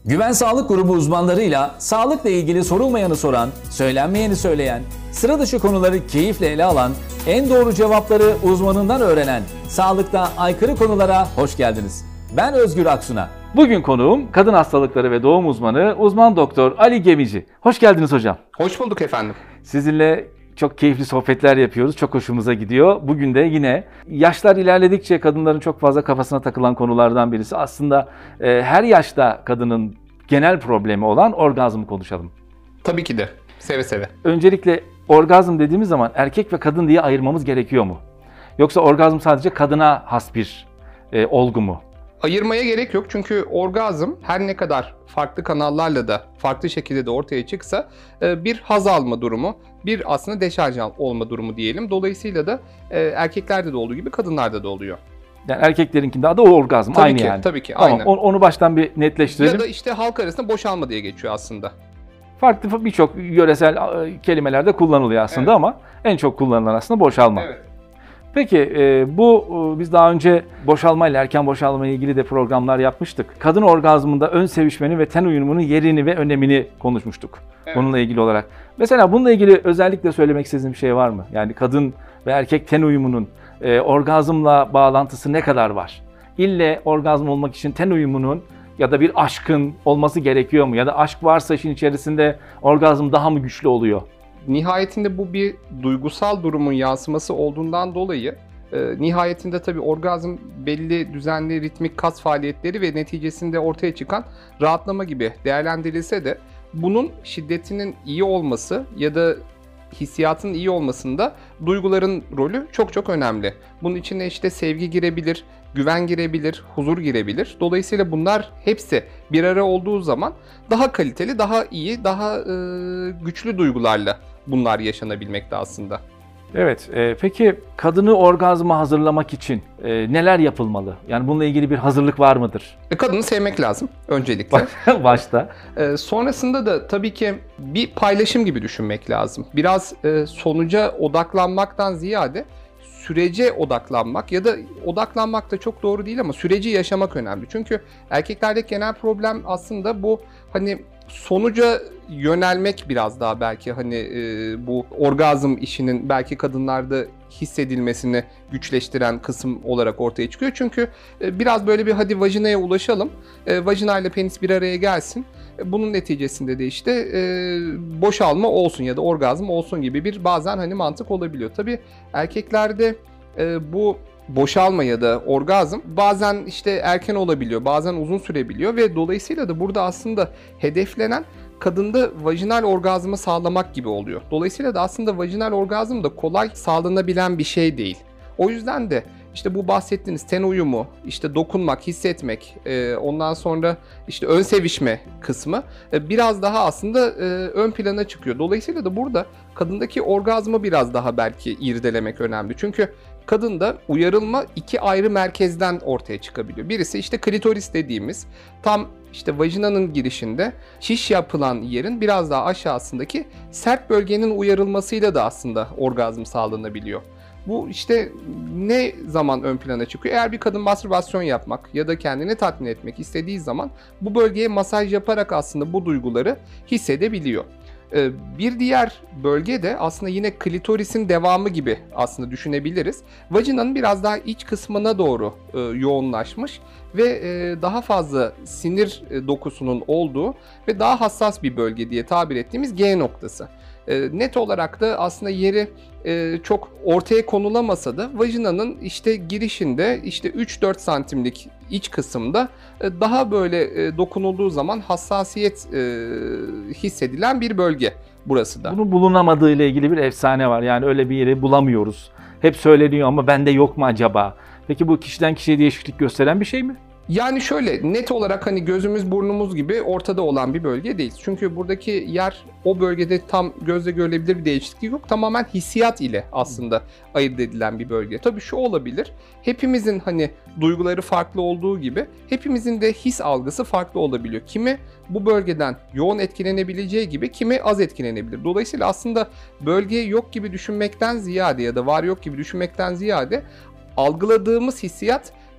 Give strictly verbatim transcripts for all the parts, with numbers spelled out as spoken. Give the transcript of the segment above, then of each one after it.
Güven Sağlık Grubu uzmanlarıyla sağlıkla ilgili sorulmayanı soran, söylenmeyeni söyleyen, sıra dışı konuları keyifle ele alan, en doğru cevapları uzmanından öğrenen sağlıkta aykırı konulara hoş geldiniz. Ben Özgür Aksun'a. Bugün konuğum kadın hastalıkları ve doğum uzmanı uzman doktor Ali Gemici. Hoş geldiniz hocam. Hoş bulduk efendim. Sizinle çok keyifli sohbetler yapıyoruz. Çok hoşumuza gidiyor. Bugün de yine yaşlar ilerledikçe kadınların çok fazla kafasına takılan konulardan birisi. Aslında e, her yaşta kadının genel problemi olan orgazmı konuşalım. Tabii ki de. Seve seve. Öncelikle orgazm dediğimiz zaman erkek ve kadın diye ayırmamız gerekiyor mu? Yoksa orgazm sadece kadına has bir e, olgu mu? Ayırmaya gerek yok çünkü orgazm her ne kadar farklı kanallarla da farklı şekilde de ortaya çıksa bir haz alma durumu, bir aslında deşarj olma durumu diyelim. Dolayısıyla da erkeklerde de olduğu gibi kadınlarda da oluyor. Yani erkeklerinkinde adı o orgazm, tabii aynı ki, yani. Tabii ki, tamam, aynen. Onu baştan bir netleştirelim. Ya da işte halk arasında boşalma diye geçiyor aslında. Farklı birçok yöresel kelimelerde kullanılıyor aslında, evet. Ama en çok kullanılan aslında boşalma. Evet. Peki bu biz daha önce boşalmayla, erken boşalma ile ilgili de programlar yapmıştık. Kadın orgazmında ön sevişmenin ve ten uyumunun yerini ve önemini konuşmuştuk. Evet. Bununla ilgili olarak. Mesela bununla ilgili özellikle söylemek istediğiniz bir şey var mı? Yani kadın ve erkek ten uyumunun e, orgazmla bağlantısı ne kadar var? İlle orgazm olmak için ten uyumunun ya da bir aşkın olması gerekiyor mu? Ya da aşk varsa işin içerisinde orgazm daha mı güçlü oluyor? Nihayetinde bu bir duygusal durumun yansıması olduğundan dolayı e, nihayetinde tabii orgazm belli düzenli ritmik kas faaliyetleri ve neticesinde ortaya çıkan rahatlama gibi değerlendirilse de bunun şiddetinin iyi olması ya da hissiyatın iyi olmasında duyguların rolü çok çok önemli. Bunun içine işte sevgi girebilir, güven girebilir, huzur girebilir. Dolayısıyla bunlar hepsi bir araya olduğu zaman daha kaliteli, daha iyi, daha e, güçlü duygularla bunlar yaşanabilmekte aslında. Evet, e, peki kadını orgazma hazırlamak için e, neler yapılmalı? Yani bununla ilgili bir hazırlık var mıdır? E, kadını sevmek lazım öncelikle. Başta. E, sonrasında da tabii ki bir paylaşım gibi düşünmek lazım. Biraz e, sonuca odaklanmaktan ziyade sürece odaklanmak ya da odaklanmak da çok doğru değil ama süreci yaşamak önemli. Çünkü erkeklerdeki genel problem aslında bu hani sonuca yönelmek biraz daha belki hani e, bu orgazm işinin belki kadınlarda hissedilmesini güçleştiren kısım olarak ortaya çıkıyor. Çünkü e, biraz böyle bir hadi vajinaya ulaşalım, e, vajina ile penis bir araya gelsin. E, bunun neticesinde de işte e, boşalma olsun ya da orgazm olsun gibi bir bazen hani mantık olabiliyor. Tabii erkeklerde e, bu boşalma ya da orgazm bazen işte erken olabiliyor, bazen uzun sürebiliyor ve dolayısıyla da burada aslında hedeflenen kadında vajinal orgazmı sağlamak gibi oluyor. Dolayısıyla da aslında vajinal orgazm da kolay sağlanabilen bir şey değil. O yüzden de işte bu bahsettiğiniz ten uyumu, işte dokunmak, hissetmek, ondan sonra işte ön sevişme kısmı biraz daha aslında ön plana çıkıyor. Dolayısıyla da burada kadındaki orgazmı biraz daha belki irdelemek önemli. Çünkü kadında uyarılma iki ayrı merkezden ortaya çıkabiliyor. Birisi işte klitoris dediğimiz tam işte vajinanın girişinde şiş yapılan yerin biraz daha aşağısındaki sert bölgenin uyarılmasıyla da aslında orgazm sağlanabiliyor. Bu işte ne zaman ön plana çıkıyor? Eğer bir kadın mastürbasyon yapmak ya da kendini tatmin etmek istediği zaman bu bölgeye masaj yaparak aslında bu duyguları hissedebiliyor. Bir diğer bölge de aslında yine klitorisin devamı gibi aslında düşünebiliriz. Vajinanın biraz daha iç kısmına doğru yoğunlaşmış ve daha fazla sinir dokusunun olduğu ve daha hassas bir bölge diye tabir ettiğimiz G noktası. Net olarak da aslında yeri çok ortaya konulamasa da vajinanın işte girişinde işte üç dört santimlik iç kısımda daha böyle dokunulduğu zaman hassasiyet hissedilen bir bölge burası da. Bunun bulunamadığı ile ilgili bir efsane var. Yani öyle bir yeri bulamıyoruz. Hep söyleniyor ama bende yok mu acaba? Peki bu kişiden kişiye değişiklik gösteren bir şey mi? Yani şöyle net olarak hani gözümüz burnumuz gibi ortada olan bir bölge değil. Çünkü buradaki yer o bölgede tam gözle görülebilir bir değişiklik yok. Tamamen hissiyat ile aslında ayırt edilen bir bölge. Tabii şu olabilir. Hepimizin hani duyguları farklı olduğu gibi hepimizin de his algısı farklı olabiliyor. Kimi bu bölgeden yoğun etkilenebileceği gibi kimi az etkilenebilir. Dolayısıyla aslında bölge yok gibi düşünmekten ziyade ya da var yok gibi düşünmekten ziyade algıladığımız hissiyat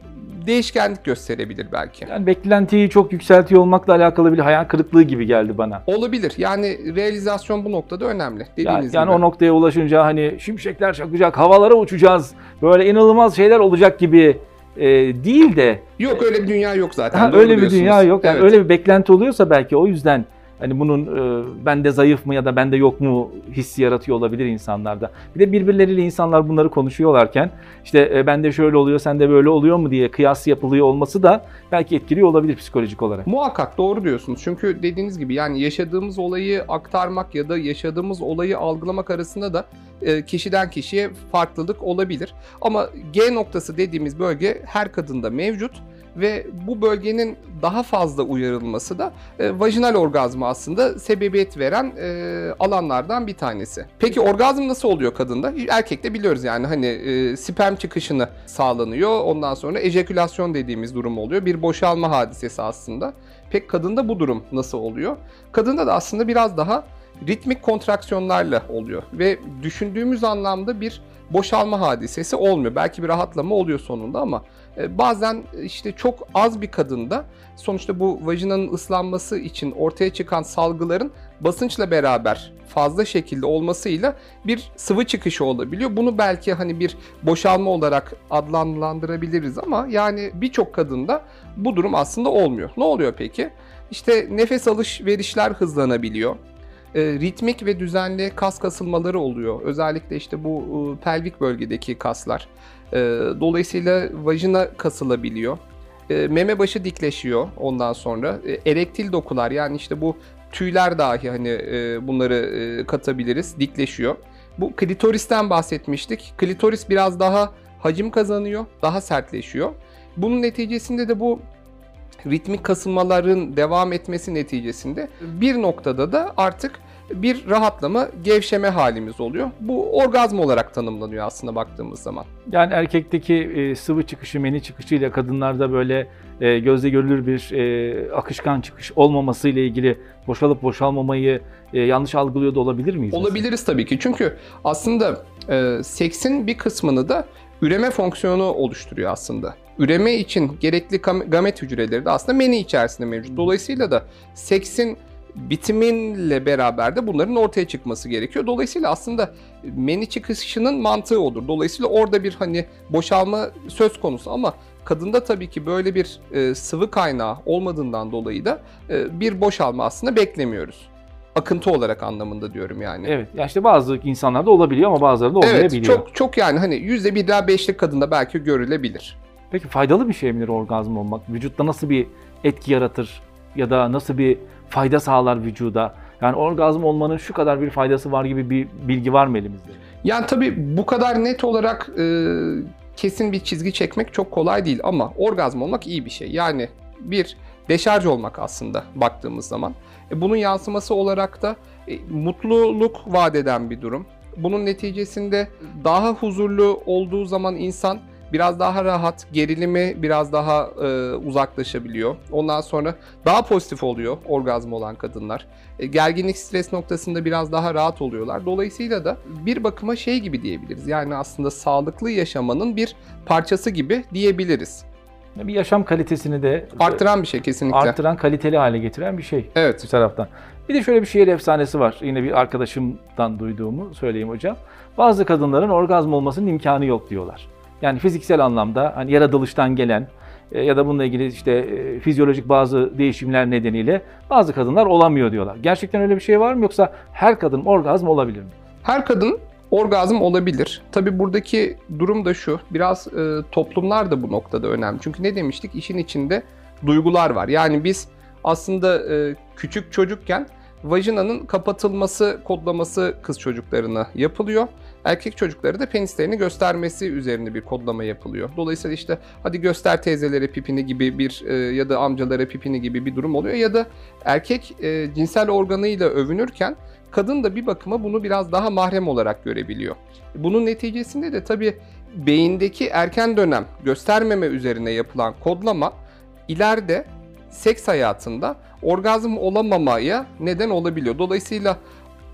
değişkenlik gösterebilir belki. Yani beklentiyi çok yükseltiyor olmakla alakalı bir hayal kırıklığı gibi geldi bana. Olabilir. Yani realizasyon bu noktada önemli. Dediğiniz Yani, gibi. yani o noktaya ulaşınca hani şimşekler çakacak, havalara uçacağız, böyle inanılmaz şeyler olacak gibi e, değil de. Yok, öyle bir dünya yok zaten. Ha, Doğru öyle bir diyorsunuz. dünya yok. Yani Evet. öyle bir beklenti oluyorsa belki o yüzden hani bunun e, bende zayıf mı ya da bende yok mu hissi yaratıyor olabilir insanlarda. Bir de birbirleriyle insanlar bunları konuşuyorlarken işte e, bende şöyle oluyor, sende böyle oluyor mu diye kıyas yapılıyor olması da belki etkiliyor olabilir psikolojik olarak. Muhakkak doğru diyorsunuz. Çünkü dediğiniz gibi yani yaşadığımız olayı aktarmak ya da yaşadığımız olayı algılamak arasında da e, kişiden kişiye farklılık olabilir. Ama G noktası dediğimiz bölge her kadında mevcut ve bu bölgenin daha fazla uyarılması da e, vajinal orgazma aslında sebebiyet veren e, alanlardan bir tanesi. Peki orgazm nasıl oluyor kadında? Erkekte biliyoruz yani hani e, sperm çıkışını sağlanıyor. Ondan sonra ejekülasyon dediğimiz durum oluyor. Bir boşalma hadisesi aslında. Peki kadında bu durum nasıl oluyor? Kadında da aslında biraz daha ritmik kontraksiyonlarla oluyor ve düşündüğümüz anlamda bir boşalma hadisesi olmuyor. Belki bir rahatlama oluyor sonunda ama bazen işte çok az bir kadında sonuçta bu vajinanın ıslanması için ortaya çıkan salgıların basınçla beraber fazla şekilde olmasıyla bir sıvı çıkışı olabiliyor. Bunu belki hani bir boşalma olarak adlandırabiliriz ama yani birçok kadında bu durum aslında olmuyor. Ne oluyor peki? İşte nefes alışverişler hızlanabiliyor. E, ritmik ve düzenli kas kasılmaları oluyor. Özellikle işte bu e, pelvik bölgedeki kaslar. E, dolayısıyla vajina kasılabiliyor. E, meme başı dikleşiyor ondan sonra. E, erektil dokular yani işte bu tüyler dahi hani e, bunları e, katabiliriz. Dikleşiyor. Bu klitoristen bahsetmiştik. Klitoris biraz daha hacim kazanıyor. Daha sertleşiyor. Bunun neticesinde de bu ritmik kasılmaların devam etmesi neticesinde bir noktada da artık bir rahatlama, gevşeme halimiz oluyor. Bu orgazm olarak tanımlanıyor aslında baktığımız zaman. Yani erkekteki e, sıvı çıkışı, meni çıkışıyla kadınlarda böyle e, gözle görülür bir e, akışkan çıkış olmaması ile ilgili boşalıp boşalmamayı e, yanlış algılıyor da olabilir miyiz? Olabiliriz mesela? Tabii ki. Çünkü aslında e, seksin bir kısmını da üreme fonksiyonu oluşturuyor aslında. Üreme için gerekli gamet hücreleri de aslında meni içerisinde mevcut. Dolayısıyla da seksin bitiminle beraber de bunların ortaya çıkması gerekiyor. Dolayısıyla aslında meni çıkışının mantığı odur. Dolayısıyla orada bir hani boşalma söz konusu ama kadında tabii ki böyle bir e, sıvı kaynağı olmadığından dolayı da e, bir boşalma aslında beklemiyoruz. Akıntı olarak anlamında diyorum yani. Evet. Ya işte bazı insanlarda olabiliyor ama bazılarında olmayabiliyor. Evet, çok çok yani hani yüzde bir ila beşlik kadında belki görülebilir. Peki faydalı bir şey midir orgazm olmak? Vücutta nasıl bir etki yaratır ya da nasıl bir fayda sağlar vücuda? Yani orgazm olmanın şu kadar bir faydası var gibi bir bilgi var mı elimizde? Yani tabii bu kadar net olarak e, kesin bir çizgi çekmek çok kolay değil ama orgazm olmak iyi bir şey. Yani bir deşarj olmak aslında baktığımız zaman. E, bunun yansıması olarak da e, mutluluk vaat eden bir durum. Bunun neticesinde daha huzurlu olduğu zaman insan biraz daha rahat, gerilimi biraz daha e, uzaklaşabiliyor. Ondan sonra daha pozitif oluyor orgazm olan kadınlar. E, gerginlik, stres noktasında biraz daha rahat oluyorlar. Dolayısıyla da bir bakıma şey gibi diyebiliriz. Yani aslında sağlıklı yaşamanın bir parçası gibi diyebiliriz. Bir yaşam kalitesini de Artıran bir şey kesinlikle. Artıran, kaliteli hale getiren bir şey. Evet. Bir taraftan. Bir de şöyle bir şehir efsanesi var. Yine bir arkadaşımdan duyduğumu söyleyeyim hocam. Bazı kadınların orgazm olmasının imkanı yok diyorlar. Yani fiziksel anlamda hani yaratılıştan gelen e, ya da bununla ilgili işte e, fizyolojik bazı değişimler nedeniyle bazı kadınlar olamıyor diyorlar. Gerçekten öyle bir şey var mı yoksa her kadın orgazm olabilir mi? Her kadın orgazm olabilir. Tabii buradaki durum da şu. Biraz e, toplumlar da bu noktada önemli. Çünkü ne demiştik? İşin içinde duygular var. Yani biz aslında e, küçük çocukken vajinanın kapatılması kodlaması kız çocuklarına yapılıyor. Erkek çocukları da penislerini göstermesi üzerine bir kodlama yapılıyor. Dolayısıyla işte hadi göster teyzelere pipini gibi bir e, ya da amcalara pipini gibi bir durum oluyor. Ya da erkek e, cinsel organıyla övünürken kadın da bir bakıma bunu biraz daha mahrem olarak görebiliyor. Bunun neticesinde de tabii beyindeki erken dönem göstermeme üzerine yapılan kodlama ileride seks hayatında orgazm olamamaya neden olabiliyor. Dolayısıyla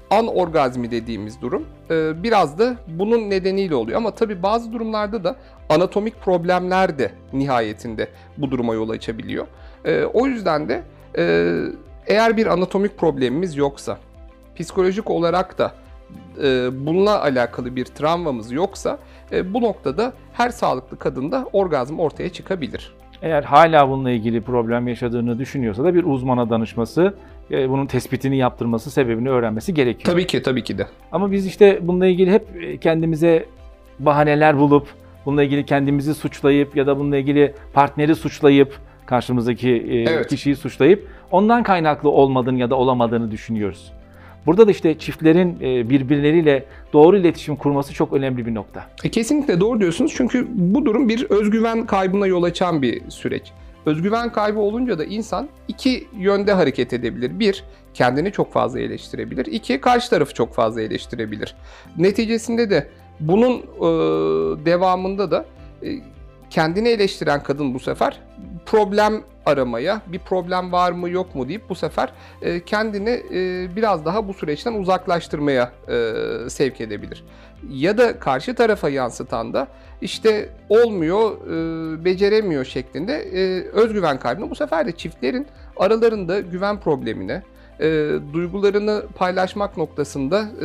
anorgazmi dediğimiz durum e, biraz da bunun nedeniyle oluyor. Ama tabii bazı durumlarda da anatomik problemler de nihayetinde bu duruma yol açabiliyor. E, o yüzden de e, eğer bir anatomik problemimiz yoksa, psikolojik olarak da e, bununla alakalı bir travmamız yoksa e, bu noktada her sağlıklı kadında orgazm ortaya çıkabilir. Eğer hala bununla ilgili problem yaşadığını düşünüyorsa da bir uzmana danışması, bunun tespitini yaptırması, sebebini öğrenmesi gerekiyor. Tabii ki, tabii ki de. Ama biz işte bununla ilgili hep kendimize bahaneler bulup, bununla ilgili kendimizi suçlayıp ya da bununla ilgili partneri suçlayıp, karşımızdaki evet. kişiyi suçlayıp ondan kaynaklı olmadığını ya da olamadığını düşünüyoruz. Burada da işte çiftlerin birbirleriyle doğru iletişim kurması çok önemli bir nokta. E kesinlikle doğru diyorsunuz çünkü bu durum bir özgüven kaybına yol açan bir süreç. Özgüven kaybı olunca da insan iki yönde hareket edebilir. Bir, kendini çok fazla eleştirebilir. İki, karşı tarafı çok fazla eleştirebilir. Neticesinde de bunun e, devamında da e, kendini eleştiren kadın bu sefer problem aramaya, bir problem var mı yok mu deyip bu sefer e, kendini e, biraz daha bu süreçten uzaklaştırmaya e, sevk edebilir. Ya da karşı tarafa yansıtan da işte olmuyor, e, beceremiyor şeklinde e, özgüven kaybına bu sefer de çiftlerin aralarında güven problemine, E, duygularını paylaşmak noktasında e,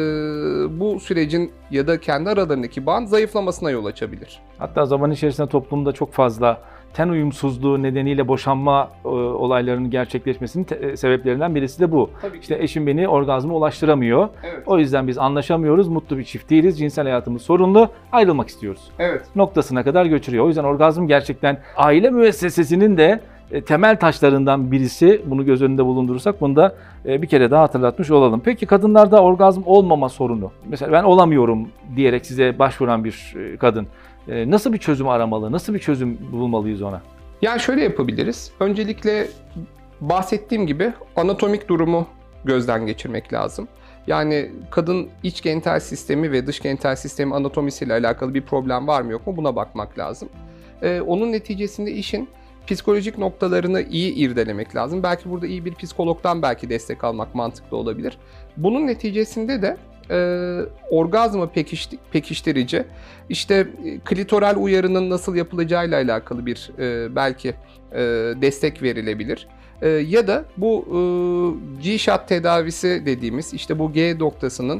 bu sürecin ya da kendi aralarındaki bağın zayıflamasına yol açabilir. Hatta zaman içerisinde toplumda çok fazla ten uyumsuzluğu nedeniyle boşanma e, olaylarının gerçekleşmesinin te- sebeplerinden birisi de bu. İşte eşim beni orgazma ulaştıramıyor. Evet. O yüzden biz anlaşamıyoruz, mutlu bir çift değiliz, cinsel hayatımız sorunlu, ayrılmak istiyoruz. Evet. Noktasına kadar götürüyor. O yüzden orgazm gerçekten aile müessesesinin de temel taşlarından birisi. Bunu göz önünde bulundurursak bunu da bir kere daha hatırlatmış olalım. Peki kadınlarda orgazm olmama sorunu. Mesela ben olamıyorum diyerek size başvuran bir kadın nasıl bir çözüm aramalı? Nasıl bir çözüm bulmalıyız ona? Yani şöyle yapabiliriz. Öncelikle bahsettiğim gibi anatomik durumu gözden geçirmek lazım. Yani kadın iç genital sistemi ve dış genital sistemi anatomisiyle alakalı bir problem var mı yok mu buna bakmak lazım. Ee, onun neticesinde işin psikolojik noktalarını iyi irdelemek lazım. Belki burada iyi bir psikologdan belki destek almak mantıklı olabilir. Bunun neticesinde de e, orgazmı pekiş, pekiştirici, işte klitoral uyarının nasıl yapılacağıyla alakalı bir e, belki e, destek verilebilir. E, ya da bu e, G-shot tedavisi dediğimiz işte bu G noktasının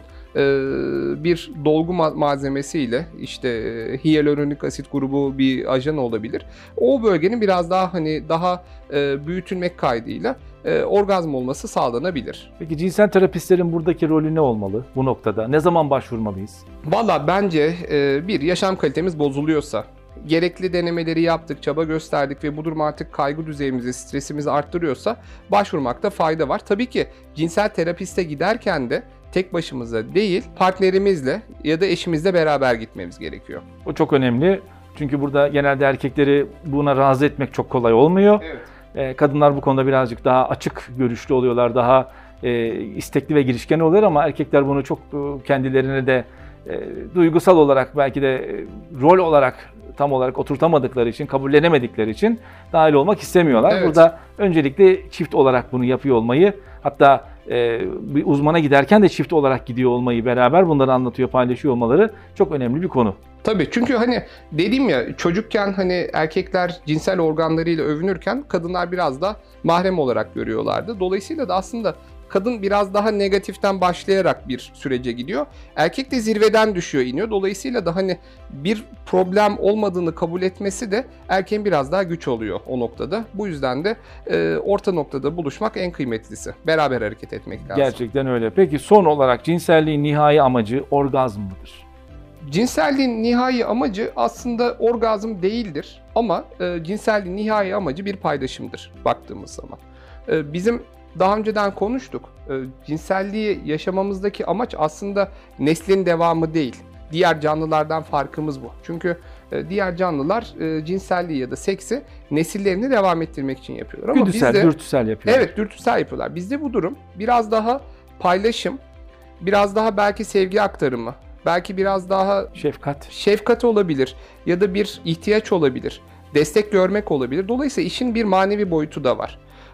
bir dolgu malzemesiyle işte hyaluronik asit grubu bir ajan olabilir. O bölgenin biraz daha hani daha büyütülmek kaydıyla orgazm olması sağlanabilir. Peki cinsel terapistlerin buradaki rolü ne olmalı bu noktada? Ne zaman başvurmalıyız? Valla bence bir yaşam kalitemiz bozuluyorsa, gerekli denemeleri yaptık, çaba gösterdik ve bu durum artık kaygı düzeyimizi, stresimizi arttırıyorsa başvurmakta fayda var. Tabii ki cinsel terapiste giderken de tek başımıza değil, partnerimizle ya da eşimizle beraber gitmemiz gerekiyor. O çok önemli. Çünkü burada genelde erkekleri buna razı etmek çok kolay olmuyor. Evet. Kadınlar bu konuda birazcık daha açık görüşlü oluyorlar, daha istekli ve girişken oluyorlar ama erkekler bunu çok kendilerine de duygusal olarak belki de rol olarak tam olarak oturtamadıkları için, kabullenemedikleri için dahil olmak istemiyorlar. Evet. Burada öncelikle çift olarak bunu yapıyor olmayı, hatta e, bir uzmana giderken de çift olarak gidiyor olmayı, beraber bunları anlatıyor, paylaşıyor olmaları çok önemli bir konu. Tabii çünkü hani dediğim ya çocukken hani erkekler cinsel organlarıyla övünürken kadınlar biraz da mahrem olarak görüyorlardı. Dolayısıyla da aslında kadın biraz daha negatiften başlayarak bir sürece gidiyor. Erkek de zirveden düşüyor, iniyor. Dolayısıyla da hani bir problem olmadığını kabul etmesi de erkeğin biraz daha güç oluyor o noktada. Bu yüzden de e, orta noktada buluşmak en kıymetlisi. Beraber hareket etmek lazım. Gerçekten öyle. Peki son olarak cinselliğin nihai amacı orgazm mıdır? Cinselliğin nihai amacı aslında orgazm değildir. Ama e, cinselliğin nihai amacı bir paylaşımdır baktığımız zaman. E, bizim daha önceden konuştuk. E, cinselliği yaşamamızdaki amaç aslında neslin devamı değil. Diğer canlılardan farkımız bu. Çünkü e, diğer canlılar e, cinselliği ya da seksi nesillerini devam ettirmek için yapıyorlar. Ama Güdüsel, bizde, dürtüsel yapıyorlar. Evet, dürtüsel yapıyorlar. Bizde bu durum biraz daha paylaşım, biraz daha belki sevgi aktarımı, belki biraz daha şefkat. Şefkat olabilir ya da bir ihtiyaç olabilir. Destek görmek olabilir. Dolayısıyla işin bir manevi boyutu da var.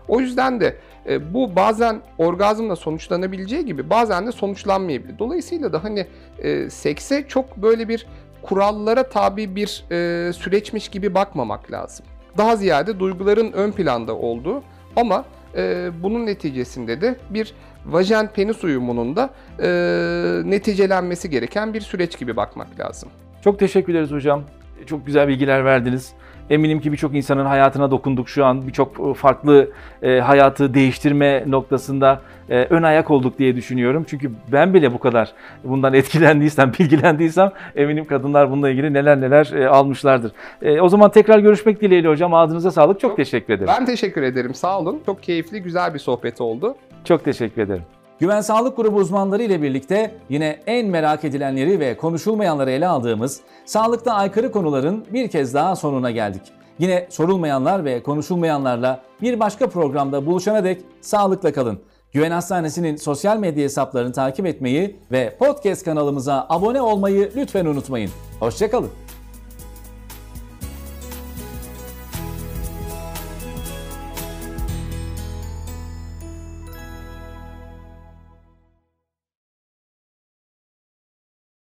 O yüzden de e, bu bazen orgazmla sonuçlanabileceği gibi bazen de sonuçlanmayabilir. Dolayısıyla da hani e, sekse çok böyle bir kurallara tabi bir e, süreçmiş gibi bakmamak lazım. Daha ziyade duyguların ön planda olduğu ama e, bunun neticesinde de bir vajen-penis uyumunun da e, neticelenmesi gereken bir süreç gibi bakmak lazım. Çok teşekkür ederiz hocam. Çok güzel bilgiler verdiniz. Eminim ki birçok insanın hayatına dokunduk şu an. Birçok farklı e, hayatı değiştirme noktasında e, ön ayak olduk diye düşünüyorum. Çünkü ben bile bu kadar bundan etkilendiysem, bilgilendiysem eminim kadınlar bununla ilgili neler neler e, almışlardır. E, o zaman tekrar görüşmek dileğiyle hocam. Ağzınıza sağlık. Çok, çok teşekkür ederim. Ben teşekkür ederim. Sağ olun. Çok keyifli, güzel bir sohbet oldu. Çok teşekkür ederim. Güven Sağlık Grubu uzmanları ile birlikte yine en merak edilenleri ve konuşulmayanları ele aldığımız sağlıkta aykırı konuların bir kez daha sonuna geldik. Yine sorulmayanlar ve konuşulmayanlarla bir başka programda buluşana dek sağlıkla kalın. Güven Hastanesi'nin sosyal medya hesaplarını takip etmeyi ve podcast kanalımıza abone olmayı lütfen unutmayın. Hoşça kalın.